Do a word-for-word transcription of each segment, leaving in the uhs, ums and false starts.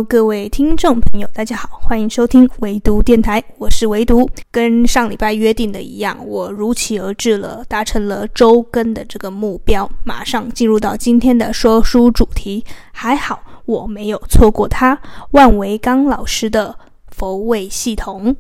Hello， 各位听众朋友，大家好，欢迎收听唯读电台，我是唯读。跟上礼拜约定的一样，我如期而至了，达成了周更的这个目标，马上进入到今天的说书主题。还好我没有错过他，万维刚老师的佛位系统。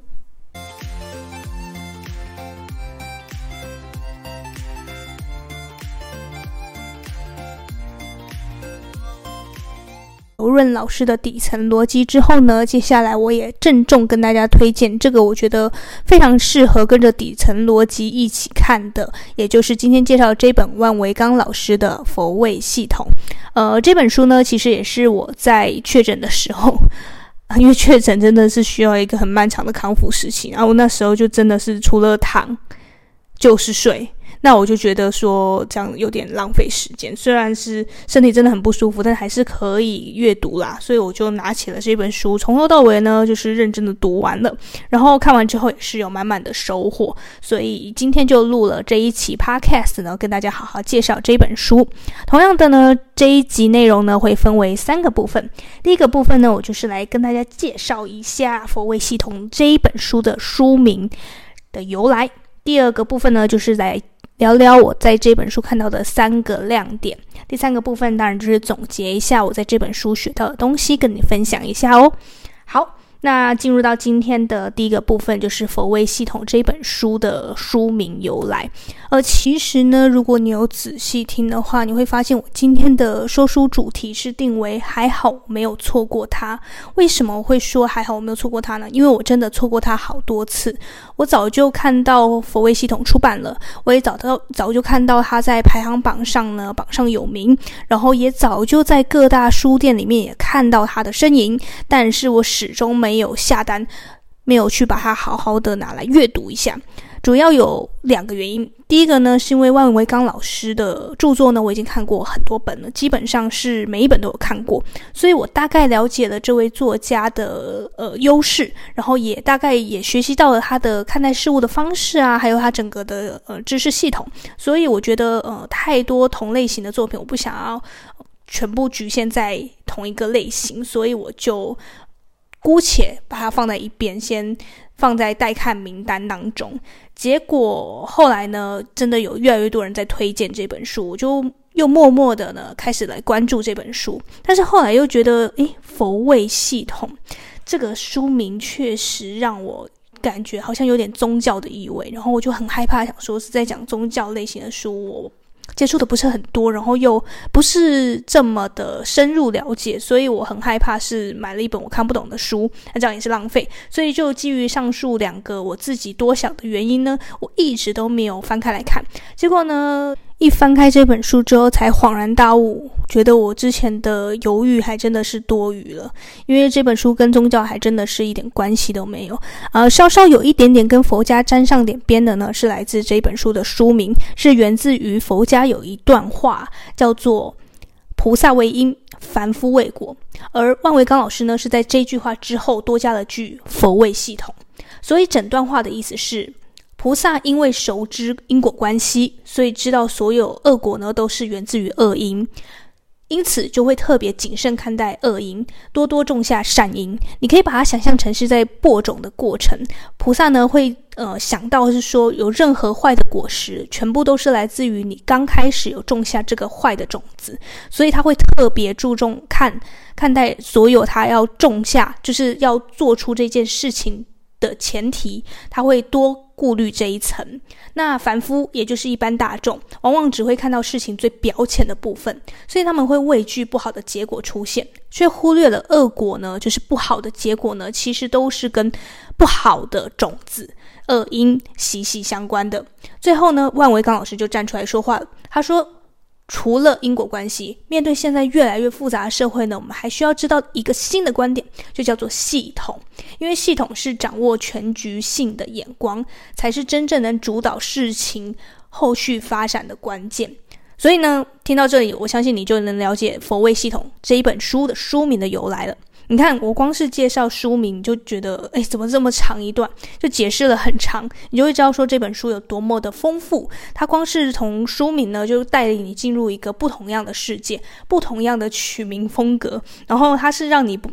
刘润老师的底层逻辑之后呢，接下来我也郑重跟大家推荐这个我觉得非常适合跟着底层逻辑一起看的，也就是今天介绍的这本万维刚老师的佛位系统。呃，这本书呢，其实也是我在确诊的时候，因为确诊真的是需要一个很漫长的康复时期，然后我那时候就真的是除了躺就是睡。那我就觉得说这样有点浪费时间，虽然是身体真的很不舒服，但还是可以阅读啦，所以我就拿起了这本书，从头到尾呢就是认真的读完了，然后看完之后也是有满满的收获，所以今天就录了这一期 podcast 呢，跟大家好好介绍这本书。同样的呢，这一集内容呢会分为三个部分。第一个部分呢，我就是来跟大家介绍一下佛位系统这一本书的书名的由来。第二个部分呢，就是来聊聊我在这本书看到的三个亮点。第三个部分当然就是总结一下我在这本书学到的东西，跟你分享一下哦。好，那进入到今天的第一个部分，就是佛位系统这本书的书名由来。呃，其实呢，如果你有仔细听的话，你会发现我今天的说书主题是定为还好我没有错过它。为什么我会说还好我没有错过它呢？因为我真的错过它好多次。我早就看到佛位系统出版了，我也早到早就看到它在排行榜上呢榜上有名，然后也早就在各大书店里面也看到它的身影，但是我始终没有下单，没有去把它好好的拿来阅读一下。主要有两个原因。第一个呢，是因为万维刚老师的著作呢，我已经看过很多本了，基本上是每一本都有看过，所以我大概了解了这位作家的呃优势，然后也大概也学习到了他的看待事物的方式啊，还有他整个的呃知识系统。所以我觉得呃太多同类型的作品，我不想要全部局限在同一个类型，所以我就姑且把它放在一边，先放在待看名单当中。结果后来呢，真的有越来越多人在推荐这本书，我就又默默的呢开始来关注这本书。但是后来又觉得，诶，佛位系统这个书名确实让我感觉好像有点宗教的意味，然后我就很害怕，想说是在讲宗教类型的书，我接触的不是很多，然后又不是这么的深入了解，所以我很害怕是买了一本我看不懂的书，那这样也是浪费。所以就基于上述两个我自己多想的原因呢，我一直都没有翻开来看。结果呢，一翻开这本书之后才恍然大悟，觉得我之前的犹豫还真的是多余了，因为这本书跟宗教还真的是一点关系都没有。呃，稍稍有一点点跟佛家沾上点边的呢，是来自这本书的书名，是源自于佛家有一段话，叫做菩萨为因，凡夫为果。而万维刚老师呢，是在这句话之后多加了句佛位系统。所以整段话的意思是，菩萨因为熟知因果关系，所以知道所有恶果呢都是源自于恶因，因此就会特别谨慎看待恶因，多多种下善因。你可以把它想象成是在播种的过程。菩萨呢会呃想到是说，有任何坏的果实，全部都是来自于你刚开始有种下这个坏的种子，所以他会特别注重看看待所有他要种下，就是要做出这件事情的前提，他会多顾虑这一层。那凡夫也就是一般大众，往往只会看到事情最表浅的部分，所以他们会畏惧不好的结果出现，却忽略了恶果呢，就是不好的结果呢，其实都是跟不好的种子恶因息息相关的。最后呢，万维刚老师就站出来说话了，他说，除了因果关系，面对现在越来越复杂的社会呢，我们还需要知道一个新的观点，就叫做系统。因为系统是掌握全局性的眼光，才是真正能主导事情后续发展的关键。所以呢，听到这里，我相信你就能了解佛位系统这一本书的书名的由来了。你看，我光是介绍书名你就觉得，哎，怎么这么长一段，就解释了很长，你就会知道说这本书有多么的丰富。它光是从书名呢，就带领你进入一个不同样的世界，不同样的取名风格，然后它是让你不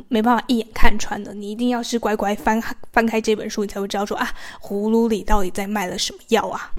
没办法一眼看穿的，你一定要是乖乖翻翻开这本书，你才会知道说啊，葫芦里到底在卖了什么药啊。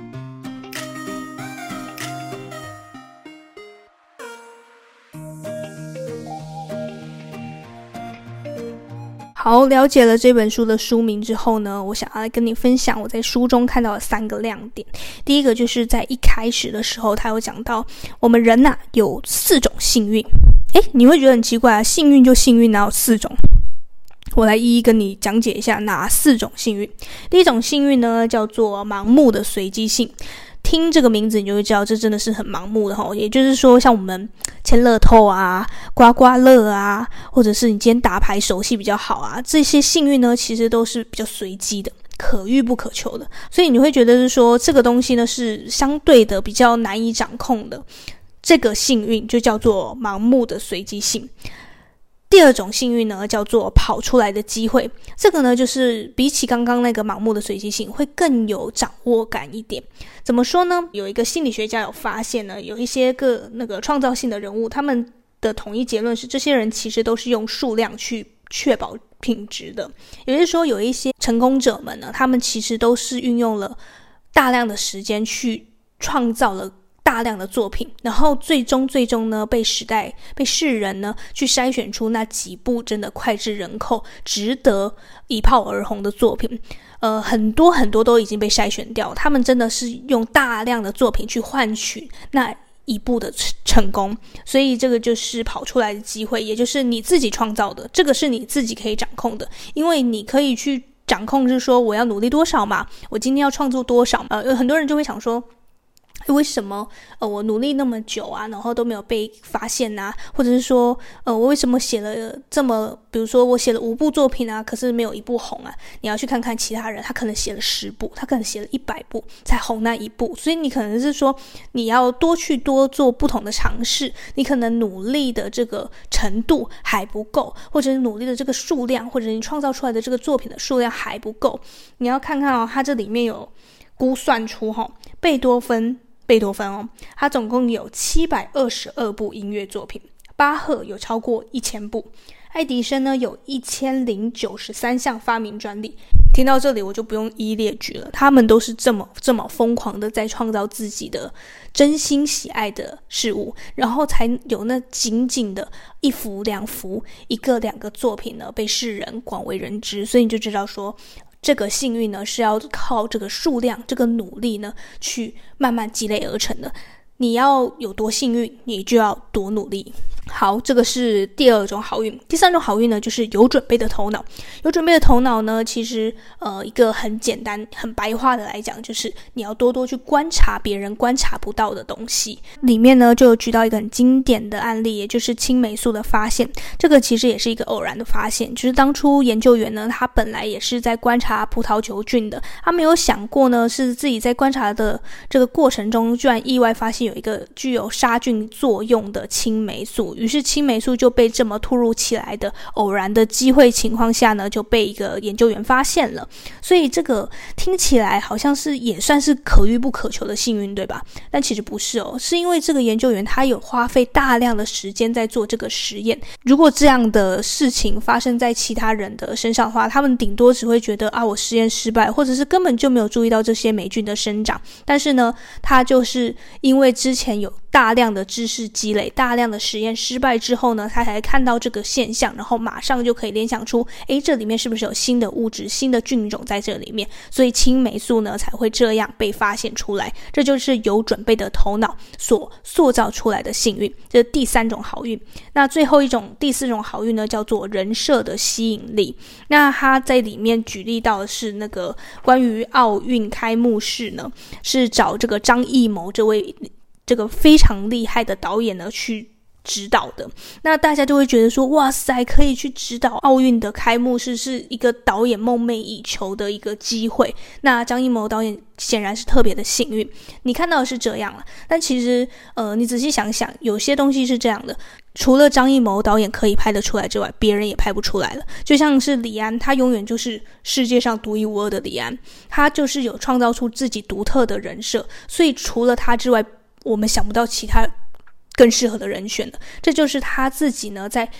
好，了解了这本书的书名之后呢，我想要来跟你分享我在书中看到的三个亮点。第一个就是在一开始的时候，他有讲到我们人啊有四种幸运。诶，你会觉得很奇怪啊，幸运就幸运哪有四种？我来一一跟你讲解一下哪四种幸运。第一种幸运呢，叫做盲目的随机性。听这个名字你就会知道这真的是很盲目的齁，也就是说像我们签乐透啊、刮刮乐啊，或者是你今天打牌手气比较好啊，这些幸运呢其实都是比较随机的，可遇不可求的，所以你会觉得是说这个东西呢是相对的比较难以掌控的，这个幸运就叫做盲目的随机性。第二种幸运呢叫做跑出来的机会，这个呢就是比起刚刚那个盲目的随机性会更有掌握感一点。怎么说呢？有一个心理学家有发现呢，有一些个那个创造性的人物，他们的统一结论是这些人其实都是用数量去确保品质的。也就是说有一些成功者们呢，他们其实都是运用了大量的时间去创造了大量的作品，然后最终最终呢被时代被世人呢去筛选出那几部真的脍炙人口值得一炮而红的作品。呃，很多很多都已经被筛选掉，他们真的是用大量的作品去换取那一步的成功，所以这个就是跑出来的机会，也就是你自己创造的，这个是你自己可以掌控的，因为你可以去掌控是说我要努力多少嘛，我今天要创作多少。呃，有很多人就会想说为什么呃我努力那么久啊，然后都没有被发现啊，或者是说呃我为什么写了这么，比如说我写了五部作品啊，可是没有一部红啊。你要去看看其他人，他可能写了十部，他可能写了一百部才红那一部，所以你可能是说你要多去多做不同的尝试，你可能努力的这个程度还不够，或者是努力的这个数量，或者你创造出来的这个作品的数量还不够。你要看看哦，它这里面有估算出齁，贝多芬贝多芬哦，他总共有七百二十二部音乐作品，巴赫有超过一千部，爱迪生呢有一千零九十三项发明专利。听到这里我就不用一一列举了，他们都是这么这么疯狂的在创造自己的真心喜爱的事物，然后才有那仅仅的一幅两幅一个两个作品呢被世人广为人知。所以你就知道说这个幸运呢是要靠这个数量这个努力呢去慢慢积累而成的，你要有多幸运你就要多努力。好，这个是第二种好运。第三种好运呢就是有准备的头脑。有准备的头脑呢其实呃一个很简单很白话的来讲，就是你要多多去观察别人观察不到的东西。里面呢就有举到一个很经典的案例，也就是青霉素的发现。这个其实也是一个偶然的发现，就是当初研究员呢他本来也是在观察葡萄球菌的，他没有想过呢是自己在观察的这个过程中居然意外发现有一个具有杀菌作用的青霉素，于是青霉素就被这么突如其来的偶然的机会情况下呢就被一个研究员发现了。所以这个听起来好像是也算是可遇不可求的幸运，对吧？但其实不是哦，是因为这个研究员他有花费大量的时间在做这个实验。如果这样的事情发生在其他人的身上的话，他们顶多只会觉得啊我实验失败，或者是根本就没有注意到这些霉菌的生长。但是呢他就是因为之前有大量的知识积累，大量的实验失败之后呢他才看到这个现象，然后马上就可以联想出诶这里面是不是有新的物质新的菌种在这里面，所以青霉素呢才会这样被发现出来。这就是有准备的头脑所塑造出来的幸运，这是第三种好运。那最后一种第四种好运呢叫做人设的吸引力。那他在里面举例到的是那个关于奥运开幕式呢是找这个张艺谋这位这个非常厉害的导演呢去指导的。那大家就会觉得说哇塞，可以去指导奥运的开幕式是一个导演梦寐以求的一个机会。那张艺谋导演显然是特别的幸运，你看到的是这样了。但其实呃，你仔细想想，有些东西是这样的，除了张艺谋导演可以拍得出来之外，别人也拍不出来了。就像是李安，他永远就是世界上独一无二的李安，他就是有创造出自己独特的人设，所以除了他之外我们想不到其他更适合的人选了。这就是他自己呢在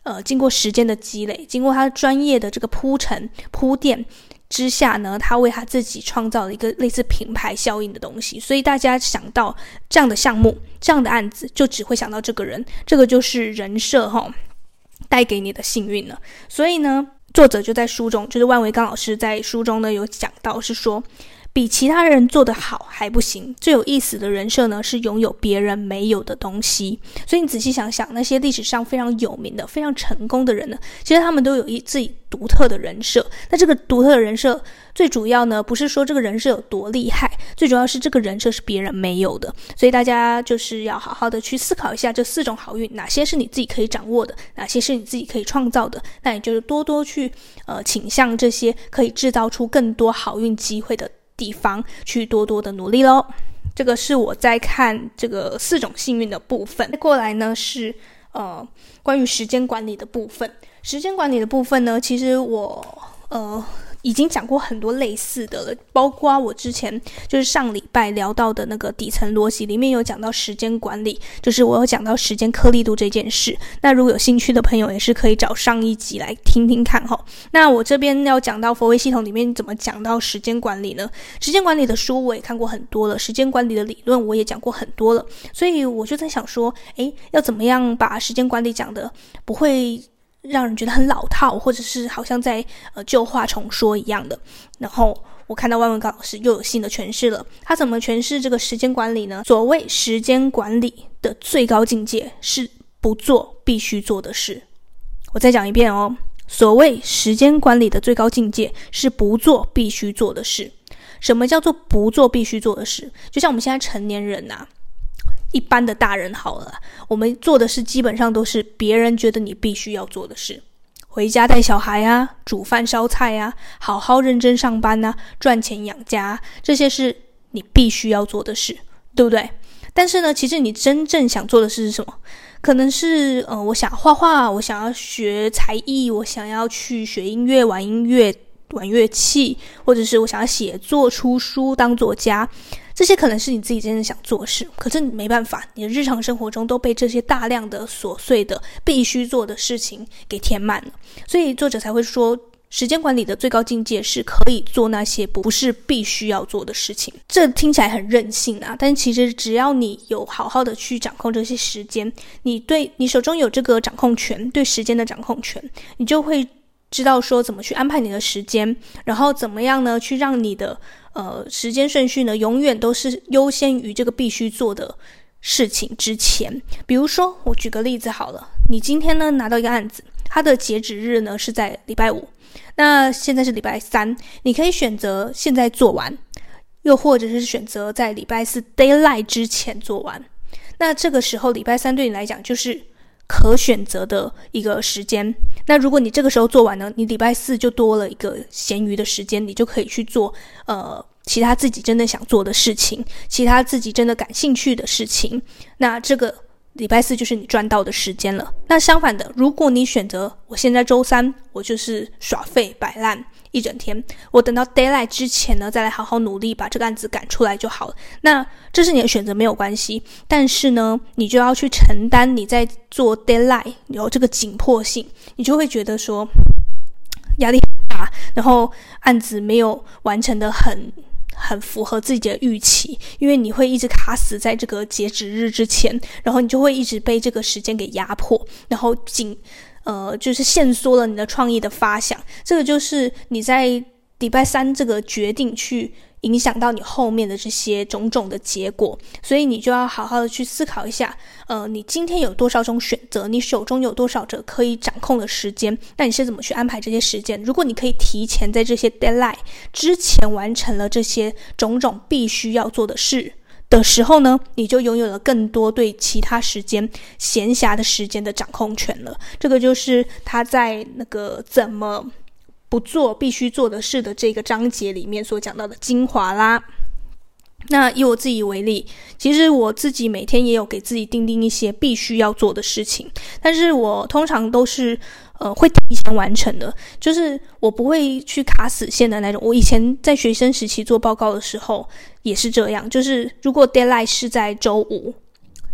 呃，经过时间的积累，经过他专业的这个铺陈铺垫之下呢，他为他自己创造了一个类似品牌效应的东西，所以大家想到这样的项目这样的案子就只会想到这个人，这个就是人设齁带给你的幸运了。所以呢，作者就在书中，就是万维刚老师在书中呢有讲到，是说比其他人做得好还不行，最有意思的人设呢是拥有别人没有的东西。所以你仔细想想，那些历史上非常有名的非常成功的人呢，其实他们都有一自己独特的人设。那这个独特的人设最主要呢不是说这个人设有多厉害，最主要是这个人设是别人没有的。所以大家就是要好好的去思考一下这四种好运，哪些是你自己可以掌握的，哪些是你自己可以创造的，那你就是多多去呃倾向这些可以制造出更多好运机会的地方，去多多的努力咯。这个是我在看这个四种幸运的部分。再过来呢是呃关于时间管理的部分。时间管理的部分呢，其实我呃已经讲过很多类似的了，包括我之前就是上礼拜聊到的那个底层逻辑里面有讲到时间管理，就是我有讲到时间颗粒度这件事。那如果有兴趣的朋友也是可以找上一集来听听看齁。那我这边要讲到佛威系统里面怎么讲到时间管理呢？时间管理的书我也看过很多了，时间管理的理论我也讲过很多了，所以我就在想说，诶，要怎么样把时间管理讲的不会让人觉得很老套，或者是好像在呃旧话重说一样的。然后我看到万文高老师又有新的诠释了，他怎么诠释这个时间管理呢？所谓时间管理的最高境界是不做必须做的事。我再讲一遍哦，所谓时间管理的最高境界是不做必须做的事。什么叫做不做必须做的事？就像我们现在成年人啊，一般的大人好了，我们做的事基本上都是别人觉得你必须要做的事，回家带小孩啊，煮饭烧菜啊，好好认真上班啊，赚钱养家啊，这些是你必须要做的事，对不对？但是呢，其实你真正想做的事是什么？可能是呃，我想画画，我想要学才艺，我想要去学音乐，玩音乐，玩乐器，或者是我想要写作、出书、当作家。这些可能是你自己真正想做的事，可是你没办法，你的日常生活中都被这些大量的琐碎的必须做的事情给填满了。所以作者才会说，时间管理的最高境界是可以做那些不是必须要做的事情。这听起来很任性啊，但其实只要你有好好的去掌控这些时间，你对你手中有这个掌控权，对时间的掌控权，你就会知道说怎么去安排你的时间，然后怎么样呢去让你的呃时间顺序呢永远都是优先于这个必须做的事情之前。比如说我举个例子好了，你今天呢拿到一个案子，它的截止日呢是在礼拜五，那现在是礼拜三，你可以选择现在做完，又或者是选择在礼拜四 deadline 之前做完。那这个时候礼拜三对你来讲就是可选择的一个时间。那如果你这个时候做完呢，你礼拜四就多了一个闲余的时间，你就可以去做呃其他自己真的想做的事情，其他自己真的感兴趣的事情。那这个礼拜四就是你赚到的时间了。那相反的，如果你选择我现在周三我就是耍废摆烂一整天，我等到 deadline 之前呢再来好好努力把这个案子赶出来就好了，那这是你的选择没有关系，但是呢你就要去承担你在做 deadline 有这个紧迫性，你就会觉得说压力很大，然后案子没有完成的很很符合自己的预期，因为你会一直卡死在这个截止日之前，然后你就会一直被这个时间给压迫，然后紧呃就是限缩了你的创意的发想。这个就是你在礼拜三这个决定去影响到你后面的这些种种的结果。所以你就要好好的去思考一下，呃，你今天有多少种选择，你手中有多少个可以掌控的时间，那你是怎么去安排这些时间？如果你可以提前在这些 deadline 之前完成了这些种种必须要做的事的时候呢，你就拥有了更多对其他时间闲暇的时间的掌控权了。这个就是他在那个怎么不做必须做的事的这个章节里面所讲到的精华啦。那以我自己为例，其实我自己每天也有给自己定定一些必须要做的事情，但是我通常都是呃会提前完成的，就是我不会去卡死线的那种。我以前在学生时期做报告的时候也是这样，就是如果 deadline 是在周五，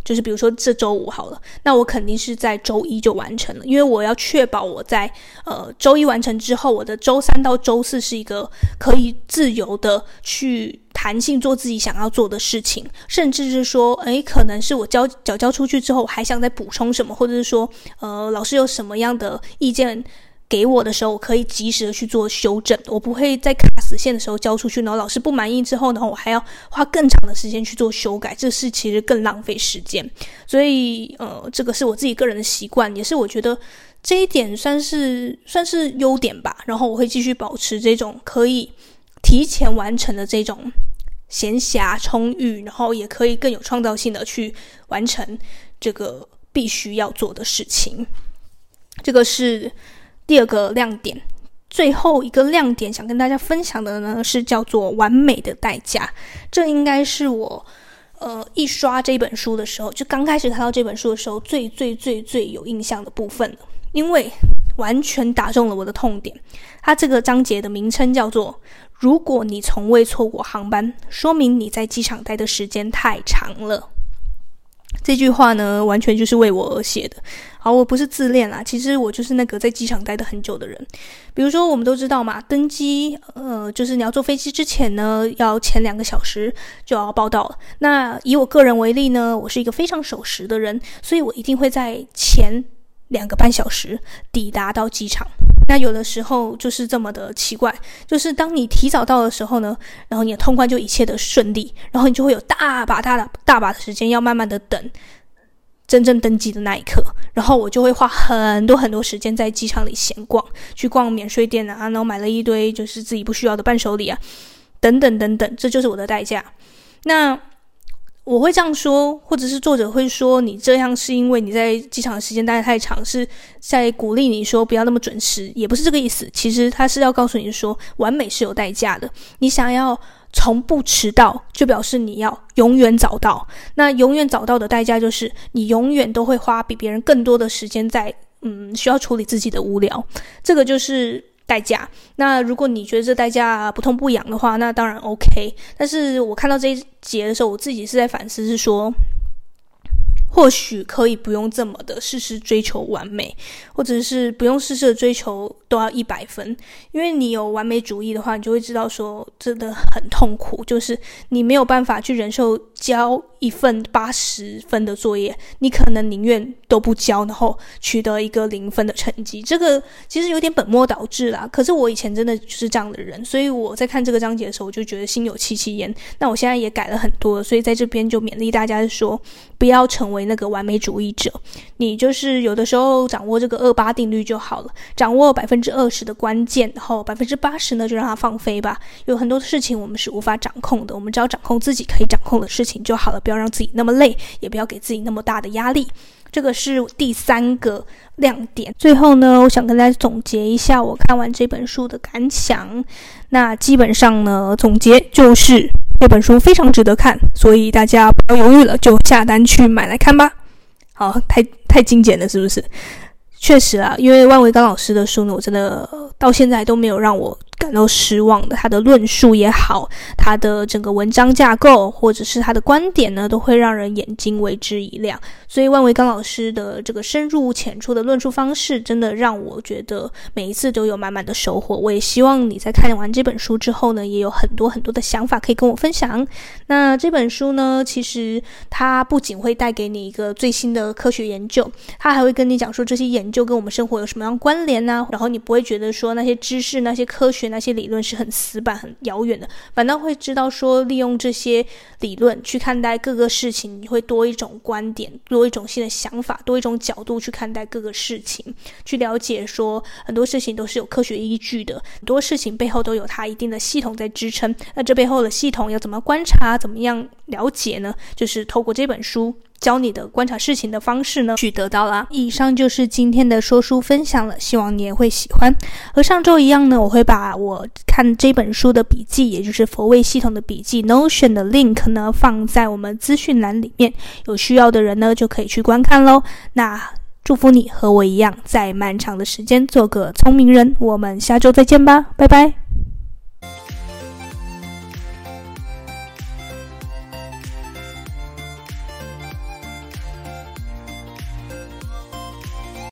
就是比如说这周五好了，那我肯定是在周一就完成了，因为我要确保我在呃周一完成之后，我的周三到周四是一个可以自由的去弹性做自己想要做的事情，甚至是说诶可能是我交缴交出去之后我还想再补充什么，或者是说呃老师有什么样的意见给我的时候，我可以及时的去做修正，我不会在卡死线的时候交出去，然后老师不满意之后呢，我还要花更长的时间去做修改，这是其实更浪费时间。所以呃，这个是我自己个人的习惯，也是我觉得这一点算是算是优点吧。然后我会继续保持这种可以提前完成的这种闲暇充裕，然后也可以更有创造性的去完成这个必须要做的事情。这个是第二个亮点。最后一个亮点想跟大家分享的呢，是叫做完美的代价。这应该是我呃一刷这本书的时候，就刚开始看到这本书的时候最最最最有印象的部分了，因为完全打中了我的痛点。它这个章节的名称叫做如果你从未错过航班，说明你在机场待的时间太长了。这句话呢完全就是为我而写的。好，我不是自恋啦，其实我就是那个在机场待得很久的人。比如说我们都知道嘛，登机呃，就是你要坐飞机之前呢，要前两个小时就要报到了。那以我个人为例呢，我是一个非常守时的人，所以我一定会在前两个半小时抵达到机场。那有的时候就是这么的奇怪，就是当你提早到的时候呢，然后你的通关就一切的顺利，然后你就会有大把大把大把的时间要慢慢的等真正登机的那一刻，然后我就会花很多很多时间在机场里闲逛，去逛免税店啊，然后买了一堆就是自己不需要的伴手礼啊，等等等等，这就是我的代价。那我会这样说，或者是作者会说你这样是因为你在机场的时间待得太长，是在鼓励你说不要那么准时，也不是这个意思。其实他是要告诉你说完美是有代价的，你想要从不迟到就表示你要永远早到，那永远早到的代价就是你永远都会花比别人更多的时间在嗯需要处理自己的无聊，这个就是代价。那如果你觉得这代价不痛不痒的话，那当然 OK。 但是我看到这一节的时候，我自己是在反思，是说或许可以不用这么的事事追求完美，或者是不用事事的追求都要一百分。因为你有完美主义的话，你就会知道说真的很痛苦，就是你没有办法去忍受交一份八十分的作业，你可能宁愿都不交，然后取得一个零分的成绩。这个其实有点本末倒置啦，可是我以前真的就是这样的人，所以我在看这个章节的时候，我就觉得心有戚戚焉。那我现在也改了很多，所以在这边就勉励大家说，不要成为那个完美主义者，你就是有的时候掌握这个二八定律就好了，掌握百分之二十的关键，然后百分之八十呢就让它放飞吧。有很多事情我们是无法掌控的，我们只要掌控自己可以掌控的事情就好了，不要让自己那么累，也不要给自己那么大的压力。这个是第三个亮点。最后呢，我想跟大家总结一下我看完这本书的感想。那基本上呢，总结就是这本书非常值得看，所以大家不要犹豫了，就下单去买来看吧。好，太太精简了是不是？确实啊，因为万维刚老师的书呢，我真的到现在都没有让我感到失望的。他的论述也好，他的整个文章架构或者是他的观点呢，都会让人眼睛为之一亮。所以万维刚老师的这个深入浅出的论述方式，真的让我觉得每一次都有满满的收获。我也希望你在看完这本书之后呢，也有很多很多的想法可以跟我分享。那这本书呢，其实它不仅会带给你一个最新的科学研究，它还会跟你讲说这些研究跟我们生活有什么样关联啊，然后你不会觉得说那些知识、那些科学、那些理论是很死板、很遥远的，反倒会知道说利用这些理论去看待各个事情，你会多一种观点，多一种新的想法，多一种角度去看待各个事情，去了解说很多事情都是有科学依据的，很多事情背后都有它一定的系统在支撑。那这背后的系统要怎么观察，怎么样了解呢？就是透过这本书教你的观察事情的方式呢，去得到啦。以上就是今天的说书分享了，希望你也会喜欢。和上周一样呢，我会把我看这本书的笔记，也就是佛位系统的笔记 Notion 的 link 呢，放在我们资讯栏里面，有需要的人呢就可以去观看咯。那祝福你和我一样，在漫长的时间做个聪明人，我们下周再见吧，拜拜。